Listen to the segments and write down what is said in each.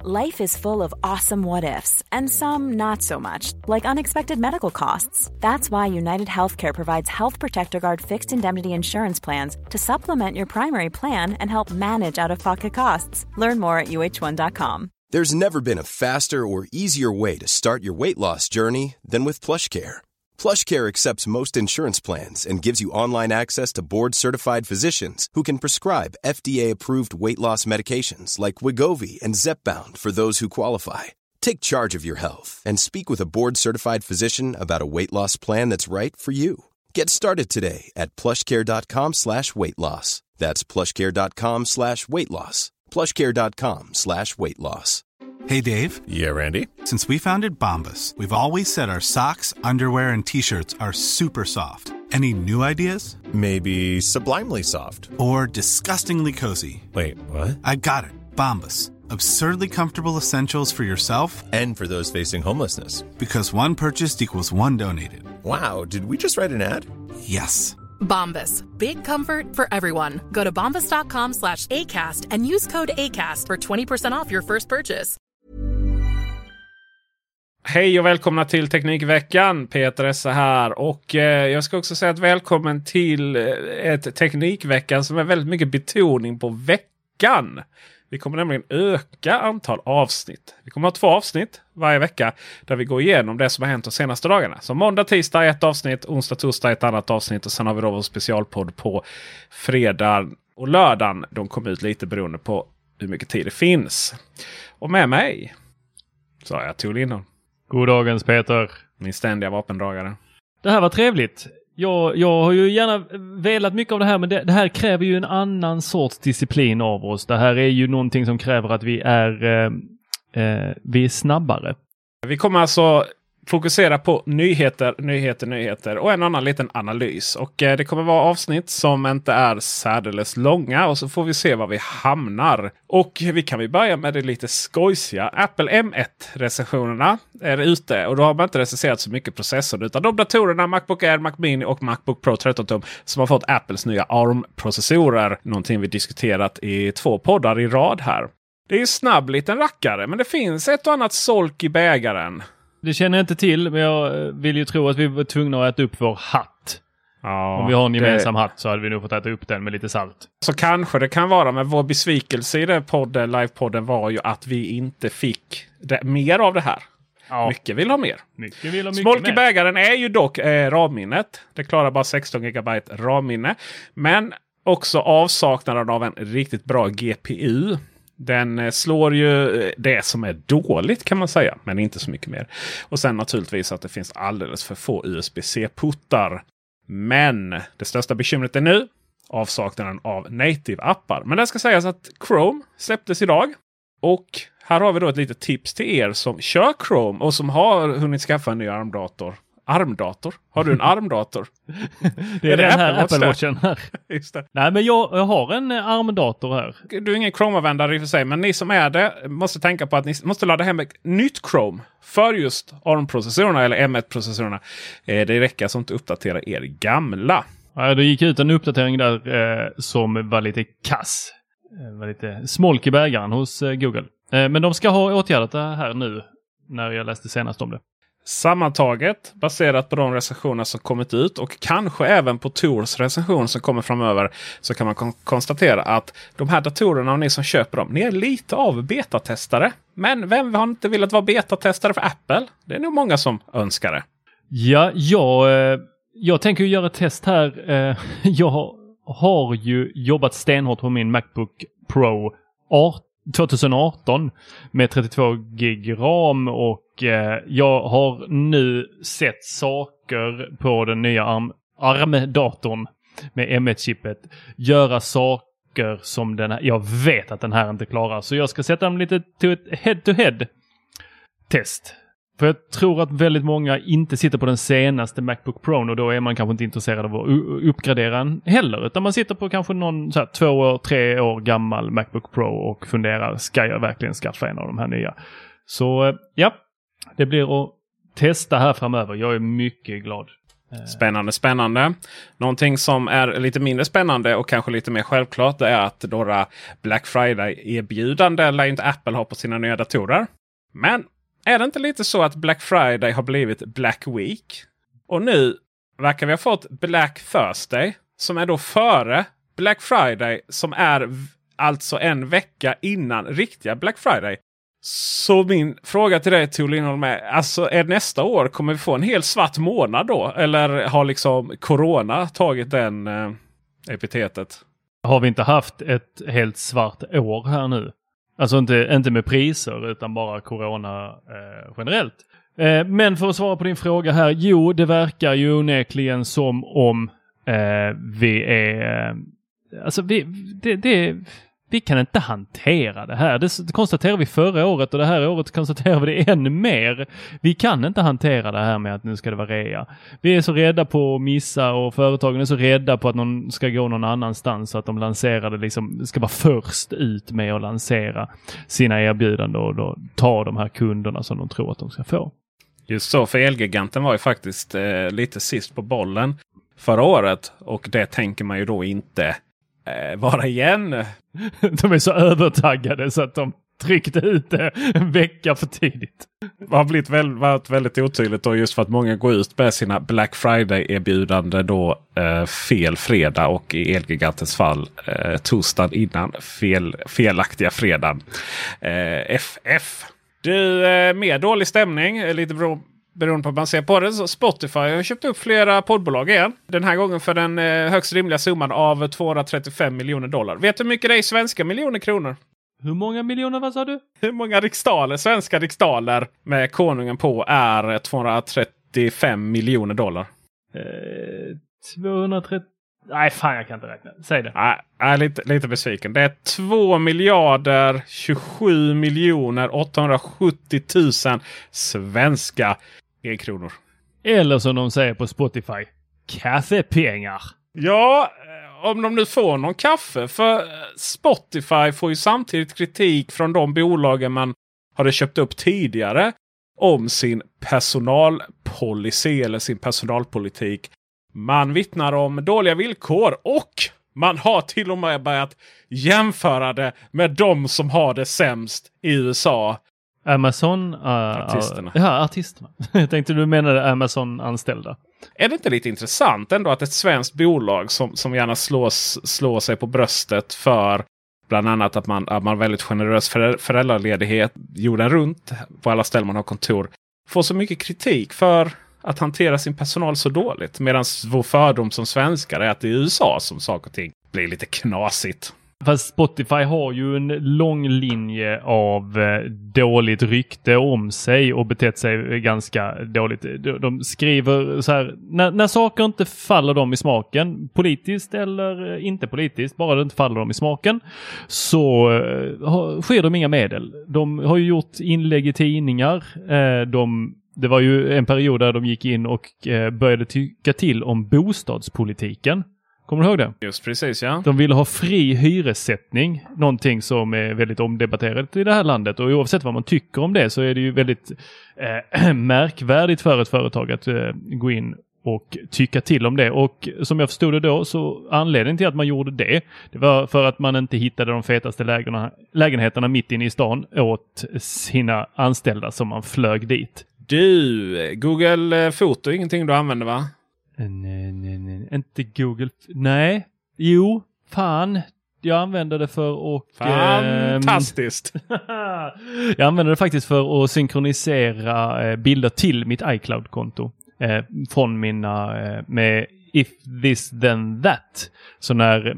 Life is full of awesome what-ifs, and some not so much, like unexpected medical costs. That's why United Healthcare provides Health Protector Guard fixed indemnity insurance plans to supplement your primary plan and help manage out-of-pocket costs. Learn more at uh1.com. There's never been a faster or easier way to start your weight loss journey than with PlushCare. PlushCare accepts most insurance plans and gives you online access to board-certified physicians who can prescribe FDA-approved weight loss medications like Wegovy and Zepbound for those who qualify. Take charge of your health and speak with a board-certified physician about a weight loss plan that's right for you. Get started today at plushcare.com/weightloss. That's plushcare.com/weightloss. plushcare.com/weightloss. Hey, Dave. Yeah, Randy. Since we founded Bombas, we've always said our socks, underwear, and T-shirts are super soft. Any new ideas? Maybe sublimely soft. Or disgustingly cozy. Wait, what? I got it. Bombas. Absurdly comfortable essentials for yourself and for those facing homelessness. Because one purchased equals one donated. Wow, did we just write an ad? Yes. Bombas. Big comfort for everyone. Go to bombas.com/ACAST and use code ACAST for 20% off your first purchase. Hej och välkomna till Teknikveckan. Peter Esse här. Och jag ska också säga att välkommen till ett Teknikveckan som är väldigt mycket betoning på veckan. Vi kommer nämligen öka antal avsnitt. Vi kommer ha 2 avsnitt varje vecka där vi går igenom det som har hänt de senaste dagarna. Så måndag, tisdag ett avsnitt, onsdag, torsdag ett annat avsnitt och sen har vi då vår specialpodd på fredag och lördagen. De kommer ut lite beroende på hur mycket tid det finns. Och med mig så har jag Tor Lindholm. Goddagens Peter. Min ständiga vapendragare. Det här var trevligt. Jag har ju gärna velat mycket av det här, men det här kräver ju en annan sorts disciplin av oss. Det här är ju någonting som kräver att vi är snabbare. Vi kommer alltså fokusera på nyheter och en annan liten analys. Och det kommer vara avsnitt som inte är särdeles långa och så får vi se var vi hamnar. Och vi kan börja med det lite skojsiga. Apple M1-recensionerna är ute och då har man inte recenserat så mycket processorn utan de datorerna Macbook Air, Mac Mini och Macbook Pro 13 tum som har fått Apples nya ARM-processorer. Någonting vi diskuterat i 2 poddar i rad här. Det är ju snabb liten rackare men det finns ett och annat solk i bägaren. Det känner jag inte till, men jag vill ju tro att vi var tvungna att äta upp vår hatt. Ja, om vi har en gemensam hatt så hade vi nog fått äta upp den med lite salt. Så kanske det kan vara, men vår besvikelse i den livepodden var ju att vi inte fick mer av det här. Ja. Mycket vill ha mer. Smolk i bägaren är ju dock RAM-minnet. Det klarar bara 16 GB RAM-minne. Men också avsaknaden av en riktigt bra GPU. Den slår ju det som är dåligt kan man säga, men inte så mycket mer. Och sen naturligtvis att det finns alldeles för få USB-C-puttar. Men det största bekymret är nu avsaknaden av native-appar. Men det ska sägas att Chrome släpptes idag. Och här har vi då ett litet tips till er som kör Chrome och som har hunnit skaffa en ny ARM-dator. ARM-dator? Har du en ARM-dator? Det är den här Apple Watchen här. Just det. Nej, men jag har en ARM-dator här. Du är ingen Chrome-användare i och för sig, men ni som är det måste tänka på att ni måste ladda hem ett nytt Chrome för just ARM-processorerna eller M1-processorerna. Det räcker som inte uppdatera er gamla. Ja, det gick ut en uppdatering där som var lite kass. Var lite smolk i bägaren hos Google. Men de ska ha åtgärdat det här nu när jag läste senast om det. Sammantaget, baserat på de recensioner som kommit ut och kanske även på Tors recension som kommer framöver, så kan man konstatera att de här datorerna och ni som köper dem, ni är lite av betatestare. Men vem har inte velat vara betatestare för Apple? Det är nog många som önskar det. Ja, jag tänker ju göra ett test här. Jag har ju jobbat stenhårt på min Macbook Pro 2018 med 32 gig RAM och jag har nu sett saker på den nya ARM-datorn med M1-chippet göra saker som den här, jag vet att den här inte klarar. Så jag ska sätta dem lite till ett head-to-head test. För jag tror att väldigt många inte sitter på den senaste Macbook Pro och då är man kanske inte intresserad av att uppgradera den heller. Utan man sitter på kanske någon så här 2-3 år gammal Macbook Pro och funderar, ska jag verkligen skaffa en av de här nya? Så ja, det blir att testa här framöver. Jag är mycket glad. Spännande. Någonting som är lite mindre spännande och kanske lite mer självklart är att några Black Friday-erbjudande lär inte Apple ha på sina nya datorer. Men är det inte lite så att Black Friday har blivit Black Week? Och nu verkar vi ha fått Black Thursday som är då före Black Friday som är alltså en vecka innan riktiga Black Friday. Så min fråga till dig Tor Lindholm är, alltså är nästa år kommer vi få en helt svart månad då? Eller har liksom corona tagit den epitetet? Har vi inte haft ett helt svart år här nu? Alltså inte med priser utan bara corona generellt. Men för att svara på din fråga här, jo det verkar ju onekligen som om vi är... Alltså vi kan inte hantera det här. Det konstaterade vi förra året och det här året konstaterar vi det ännu mer. Vi kan inte hantera det här med att nu ska det vara rea. Vi är så rädda på att missa och företagen är så rädda på att någon ska gå någon annanstans så att de lanserade liksom, ska vara först ut med att lansera sina erbjudanden och då ta de här kunderna som de tror att de ska få. Just så, för Elgiganten var ju faktiskt lite sist på bollen förra året och det tänker man ju då inte vara igen. De är så övertaggade så att de tryckte ut det en vecka för tidigt. Det har varit väldigt otydligt då just för att många går ut med sina Black Friday-erbjudande då fel fredag och i Elgigantens fall torsdagen innan felaktiga fredagen. FF. Du, mer dålig stämning, lite beroende på hur man ser på det. Så Spotify har köpt upp flera poddbolag igen. Den här gången för den högst rimliga summan av $235 miljoner. Vet du hur mycket det är i svenska miljoner kronor? Hur många miljoner, vad sa du? Hur många riksdaler, svenska riksdaler med konungen på är $235 miljoner? 230... Nej, fan jag kan inte räkna. Säg det. Nej, lite besviken. Det är 2,027,870,000 svenska e-kronor. Eller som de säger på Spotify, kaffepengar. Ja, om de nu får någon kaffe. För Spotify får ju samtidigt kritik från de bolagen man hade köpt upp tidigare om sin personalpolicy eller sin personalpolitik. Man vittnar om dåliga villkor och man har till och med börjat jämföra det med de som har det sämst i USA. Amazon? Artisterna. Ja, artisterna. Jag tänkte du menade Amazon-anställda. Är det inte lite intressant ändå att ett svenskt bolag som gärna slår sig på bröstet för bland annat att man är väldigt generös föräldraledighet jorden runt på alla ställen man har kontor får så mycket kritik för att hantera sin personal så dåligt. Medan vår fördom som svenskar är att det är USA som saker och ting blir lite knasigt. Fast Spotify har ju en lång linje av dåligt rykte om sig och betett sig ganska dåligt. De skriver så här, när saker inte faller dem i smaken, politiskt eller inte politiskt, bara det inte faller dem i smaken, så sker de inga medel. De har ju gjort inlägg i tidningar, det var ju en period där de gick in och började tycka till om bostadspolitiken. Kommer du ihåg det? Just precis, ja. De ville ha fri hyressättning. Någonting som är väldigt omdebatterat i det här landet. Och oavsett vad man tycker om det så är det ju väldigt märkvärdigt för ett företag att gå in och tycka till om det. Och som jag förstod det då så anledningen till att man gjorde det var för att man inte hittade de fetaste lägenheterna mitt inne i stan åt sina anställda som man flög dit. Du, Google Foto är ingenting du använder, va? Nej, inte Google. Nej, jo, fan. Jag använder det för att... Fantastiskt! Jag använder det faktiskt för att synkronisera bilder till mitt iCloud-konto. Från mina... med If This Then That. Så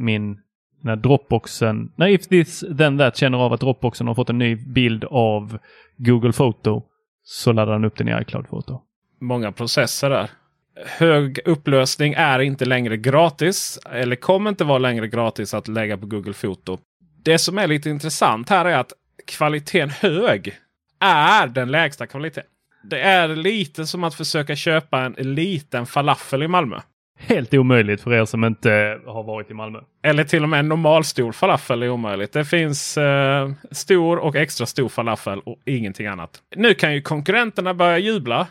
när Dropboxen... När If This Then That känner av att Dropboxen har fått en ny bild av Google Photo så laddar den upp den i iCloud-foto. Många processer där. Hög upplösning är inte längre gratis. Eller kommer inte vara längre gratis att lägga på Google Foto. Det som är lite intressant här är att kvaliteten hög är den lägsta kvaliteten. Det är lite som att försöka köpa en liten falafel i Malmö. Helt omöjligt för er som inte har varit i Malmö. Eller till och med en normal stor falafel är omöjligt. Det finns stor och extra stor falafel och ingenting annat. Nu kan ju konkurrenterna börja jubla.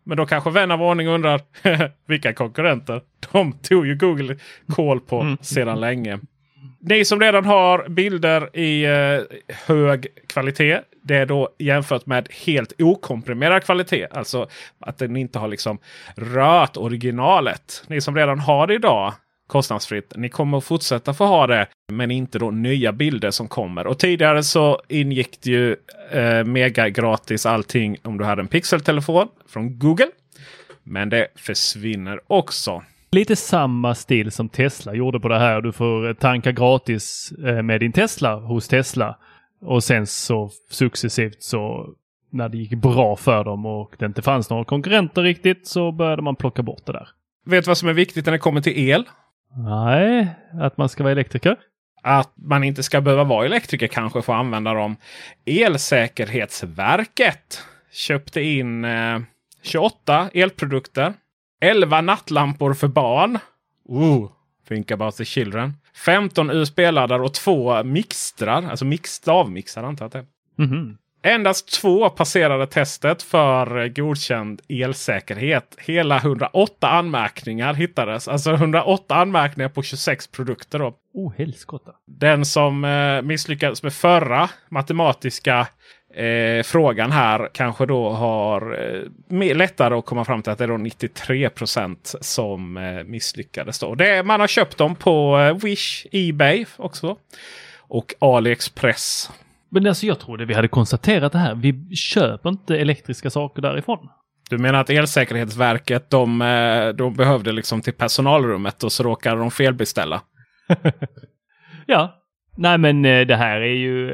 Men då kanske vän av ordning undrar vilka konkurrenter. De tog ju Google koll på sedan länge. Ni som redan har bilder i hög kvalitet. Det är då jämfört med helt okomprimerad kvalitet. Alltså att den inte har liksom rört originalet. Ni som redan har det idag kostnadsfritt. Ni kommer att fortsätta få ha det. Men inte då nya bilder som kommer. Och tidigare så ingick det ju mega gratis allting om du hade en pixeltelefon från Google. Men det försvinner också. Lite samma stil som Tesla gjorde på det här. Du får tanka gratis med din Tesla hos Tesla. Och sen så successivt så när det gick bra för dem och det inte fanns några konkurrenter riktigt så började man plocka bort det där. Vet du vad som är viktigt när det kommer till el? Nej, att man ska vara elektriker. Att man inte ska behöva vara elektriker kanske för att använda dem. Elsäkerhetsverket köpte in 28 elprodukter. 11 nattlampor för barn. Think about the children. 15 USB-laddar och 2 mixtrar. Alltså stavmixar antar jag att det är. Mm-hmm. Endast 2 passerade testet för godkänd elsäkerhet. Hela 108 anmärkningar hittades. Alltså 108 anmärkningar på 26 produkter då. Helskotta. Den som misslyckades med förra matematiska frågan här kanske då har lättare att komma fram till att det är då 93% som misslyckades då. Man har köpt dem på Wish, eBay också och AliExpress. Men alltså jag trodde vi hade konstaterat det här. Vi köper inte elektriska saker därifrån. Du menar att Elsäkerhetsverket de behövde liksom till personalrummet och så råkade de felbeställa? Ja. Nej men det här är ju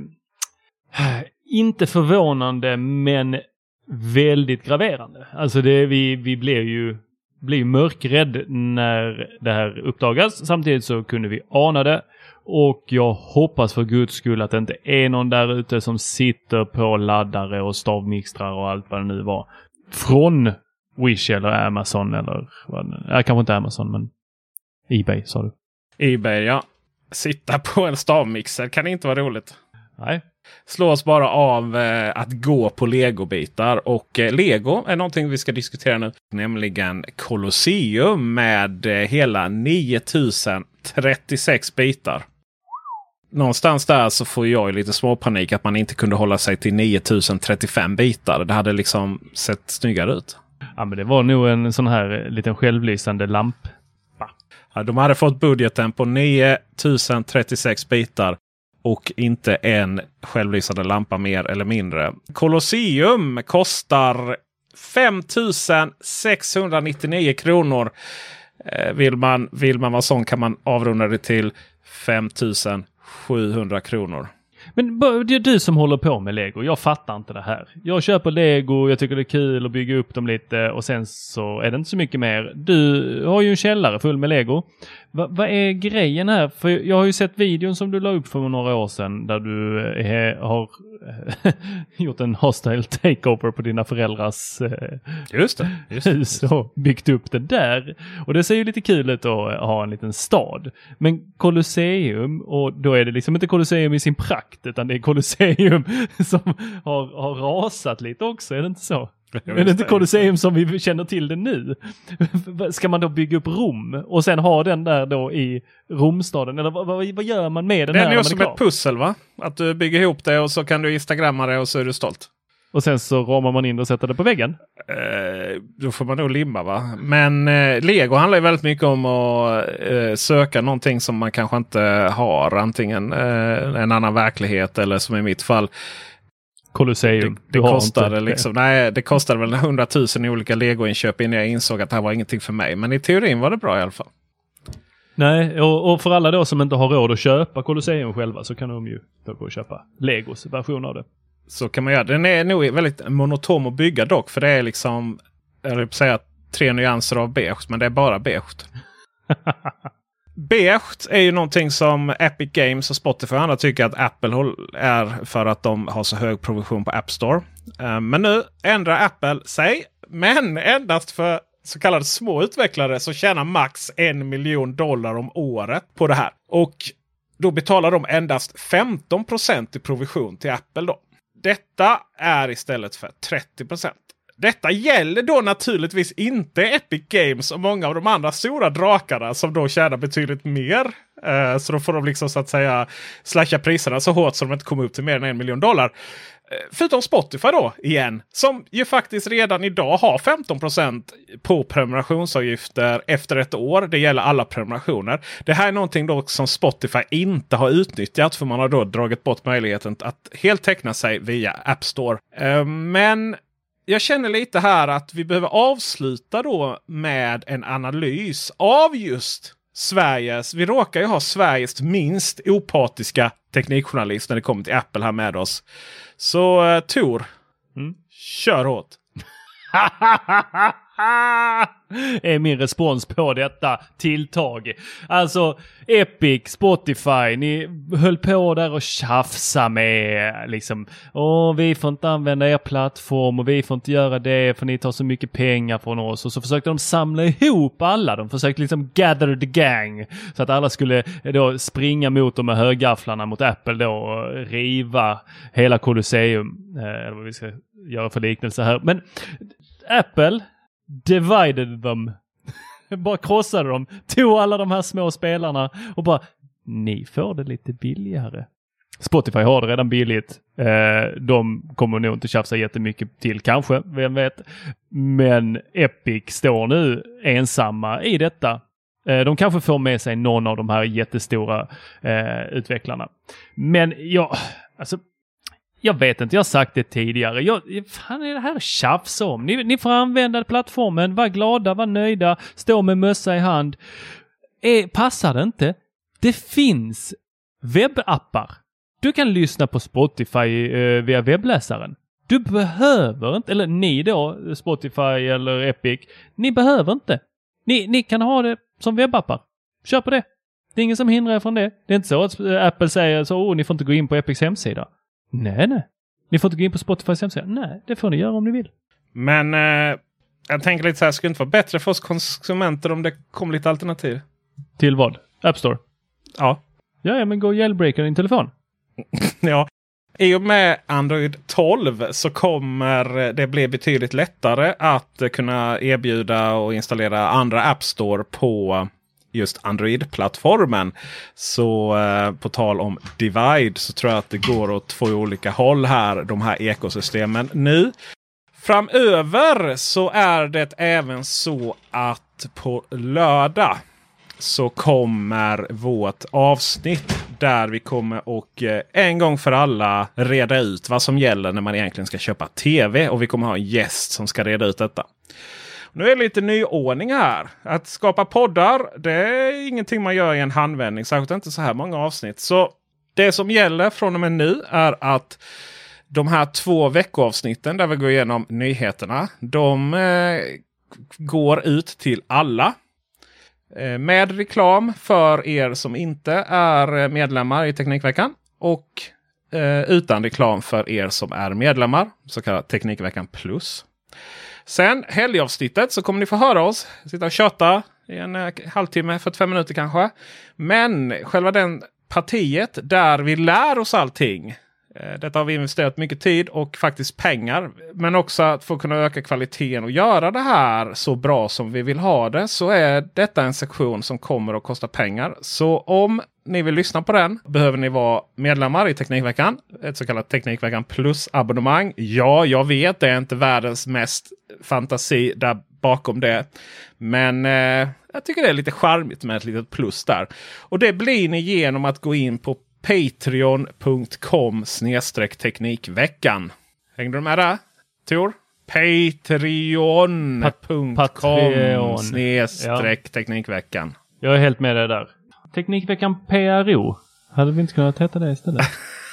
inte förvånande men väldigt graverande. Alltså vi blev ju mörkrädd när det här uppdagas. Samtidigt så kunde vi ana det. Och jag hoppas för guds skull att det inte är någon där ute som sitter på laddare och stavmixtrar och allt vad det nu var. Från Wish eller Amazon eller kanske inte Amazon men eBay sa du. eBay, ja. Sitta på en stavmixer kan inte vara roligt. Nej. Slå oss bara av att gå på Lego-bitar. Och Lego är någonting vi ska diskutera nu. Nämligen Colosseum med hela 9036 bitar. Någonstans där så får jag lite småpanik att man inte kunde hålla sig till 9035 bitar. Det hade liksom sett snyggare ut. Ja men det var nog en sån här liten självlysande lampa. Ja, de hade fått budgeten på 9036 bitar. Och inte en självlysande lampa mer eller mindre. Colosseum kostar 5699 kronor. Vill man vara sån kan man avrunda det till 5700 kronor. Men det är du som håller på med Lego. Jag fattar inte det här. Jag köper Lego, jag tycker det är kul att bygga upp dem lite och sen så är det inte så mycket mer. Du har ju en källare full med Lego. Vad är grejen här? För jag har ju sett videon som du la upp för några år sedan där du har gjort en hostile takeover på dina föräldrars hus och byggt upp det där. Och det ser ju lite kul ut att ha en liten stad. Men Colosseum, och då är det liksom inte Colosseum i sin prakt utan det är Colosseum som har rasat lite också, är det inte så? Är det inte Colosseum som vi känner till det nu? Ska man då bygga upp Rom och sen ha den där då i Romstaden? Eller vad gör man med den här? Den är ju som ett pussel, va? Att du bygger ihop det och så kan du instagramma det och så är du stolt. Och sen så ramar man in och sätter det på väggen? Då får man nog limma, va? Men Lego handlar ju väldigt mycket om att söka någonting som man kanske inte har. Antingen en annan verklighet eller som i mitt fall Colosseum. Det kostade liksom, nej, det kostade väl 100 000 i olika Lego-inköp innan jag insåg att det här var ingenting för mig. Men i teorin var det bra i alla fall. Nej, och för alla då som inte har råd att köpa Colosseum själva så kan de ju gå och köpa Legos version av det. Så kan man göra. Den är nog väldigt monotom att bygga dock. För det är liksom, jag vill säga 3 nyanser av beige. Men det är bara beige. Beige är ju någonting som Epic Games och Spotify och andra tycker att Apple är för att de har så hög provision på App Store. Men nu ändrar Apple sig. Men endast för så kallade små utvecklare så tjänar max $1 million om året på det här. Och då betalar de endast 15% i provision till Apple då. Detta är istället för 30%. Detta gäller då naturligtvis inte Epic Games och många av de andra stora drakarna som då tjänar betydligt mer. Så då får de liksom så att säga slasha priserna så hårt så de inte kommer upp till mer än $1 miljon. Förutom Spotify då igen. Som ju faktiskt redan idag har 15% på prenumerationsavgifter efter ett år. Det gäller alla prenumerationer. Det här är någonting då som Spotify inte har utnyttjat. För man har då dragit bort möjligheten att helt teckna sig via App Store. Men jag känner lite här att vi behöver avsluta då med en analys av just vi råkar ju ha Sveriges minst opartiska teknikjournalist när det kommer till Apple här med oss. Så Tor, kör hårt. Är min respons på detta tilltag. Alltså Epic, Spotify, ni höll på där och tjafsa med liksom, vi får inte använda er plattform och vi får inte göra det för ni tar så mycket pengar från oss. Och så försökte de samla ihop alla. De försökte liksom gather the gang så att alla skulle då springa mot dem med högafflarna mot Apple då och riva hela Colosseum. Eller vad vi ska göra för liknelse här. Men Apple divided them. Bara krossade dem. Tog alla de här små spelarna och bara, ni får det lite billigare. Spotify har det redan billigt. De kommer nog inte tjafsa jättemycket till kanske, vem vet. Men Epic står nu ensamma i detta. De kanske får med sig någon av de här jättestora utvecklarna. Men jag vet inte, jag har sagt det tidigare. Fan är det här tjafs om? Ni får använda plattformen, var glada, var nöjda, stå med mössa i hand. Passar det inte? Det finns webbappar. Du kan lyssna på Spotify via webbläsaren. Du behöver inte, eller ni då, Spotify eller Epic, ni behöver inte. Ni kan ha det som webbappar. Kör på det. Det är ingen som hindrar er från det. Det är inte så att Apple säger så, ni får inte gå in på Epics hemsida. Nej. Ni får inte gå in på Spotifys hemsida. Nej, det får ni göra om ni vill. Men jag tänker lite så här, skulle det inte vara bättre för oss konsumenter om det kom lite alternativ? Till vad? App Store? Ja. Ja, men gå och jailbreaka din telefon. Ja. I och med Android 12 så kommer det bli betydligt lättare att kunna erbjuda och installera andra App Store på just Android-plattformen. Så på tal om divide så tror jag att det går åt 2 olika håll här, de här ekosystemen nu. Framöver så är det även så att på lördag så kommer vårt avsnitt där vi kommer och en gång för alla reda ut vad som gäller när man egentligen ska köpa tv. Och vi kommer ha en gäst som ska reda ut detta. Nu är det lite nyordning här. Att skapa poddar, det är ingenting man gör i en handvändning. Särskilt inte så här många avsnitt. Så det som gäller från och med nu är att de här 2 veckoavsnitten där vi går igenom nyheterna, de går ut till alla. Med reklam för er som inte är medlemmar i Teknikveckan. Och utan reklam för er som är medlemmar. Så kallat Teknikveckan Plus. Sen helgavsnittet så kommer ni få höra oss sitta och köta i en halvtimme, 45 minuter kanske. Men själva den partiet där vi lär oss allting. Detta har vi investerat mycket tid och faktiskt pengar. Men också att få kunna öka kvaliteten och göra det här så bra som vi vill ha det. Så är detta en sektion som kommer att kosta pengar. Så om ni vill lyssna på den behöver ni vara medlemmar i Teknikveckan. Ett så kallat Teknikveckan Plus abonnemang. Ja, jag vet det är inte världens mest fantasi där bakom det. Men jag tycker det är lite charmigt med ett litet plus där. Och det blir ni genom att gå in på patreon.com/teknikveckan. Hängde du med där, Tor? Patreon.com/teknikveckan. Jag är helt med dig där. Teknikveckan PRO. Hade vi inte kunnat heta det istället?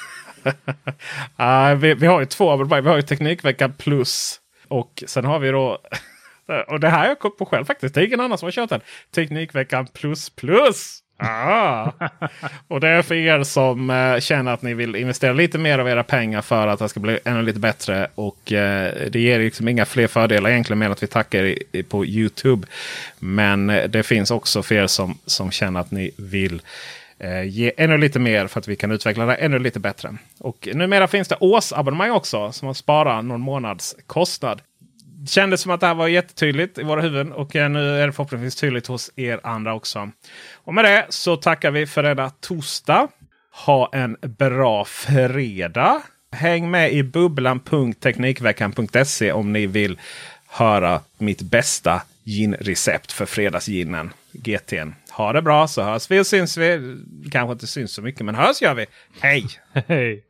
Vi har ju 2 abonnemang. Vi har ju Teknikveckan Plus. Och sen har vi då... Och det här har jag kommit på själv faktiskt. Det är ingen annan som har kört den. Teknikveckan Plus Plus. Och det är för er som känner att ni vill investera lite mer av era pengar för att det ska bli ännu lite bättre. Och det ger liksom inga fler fördelar egentligen med att vi tackar på YouTube. Men det finns också för er som känner att ni vill ge ännu lite mer för att vi kan utveckla det ännu lite bättre. Och numera finns det årsabonnemang också som man sparar någon månads kostnad. kändes som att det här var jättetydligt i våra huvuden. Och nu är det förhoppningsvis tydligt hos er andra också. Och med det så tackar vi för denna torsdag. Ha en bra fredag. Häng med i bubblan.teknikveckan.se om ni vill höra mitt bästa gin-recept för fredagsginen. GT:n. Ha det bra så hörs vi och syns vi. Kanske inte syns så mycket men hörs gör vi. Hej! Hej!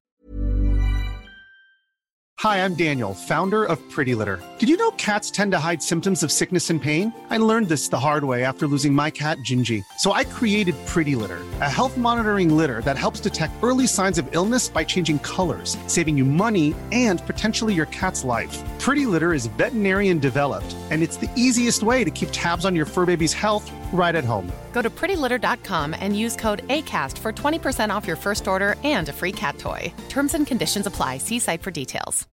Hi, I'm Daniel, founder of Pretty Litter. Did you know cats tend to hide symptoms of sickness and pain? I learned this the hard way after losing my cat, Gingy. So I created Pretty Litter, a health monitoring litter that helps detect early signs of illness by changing colors, saving you money and potentially your cat's life. Pretty Litter is veterinarian developed, and it's the easiest way to keep tabs on your fur baby's health right at home. Go to prettylitter.com and use code ACAST for 20% off your first order and a free cat toy. Terms and conditions apply. See site for details.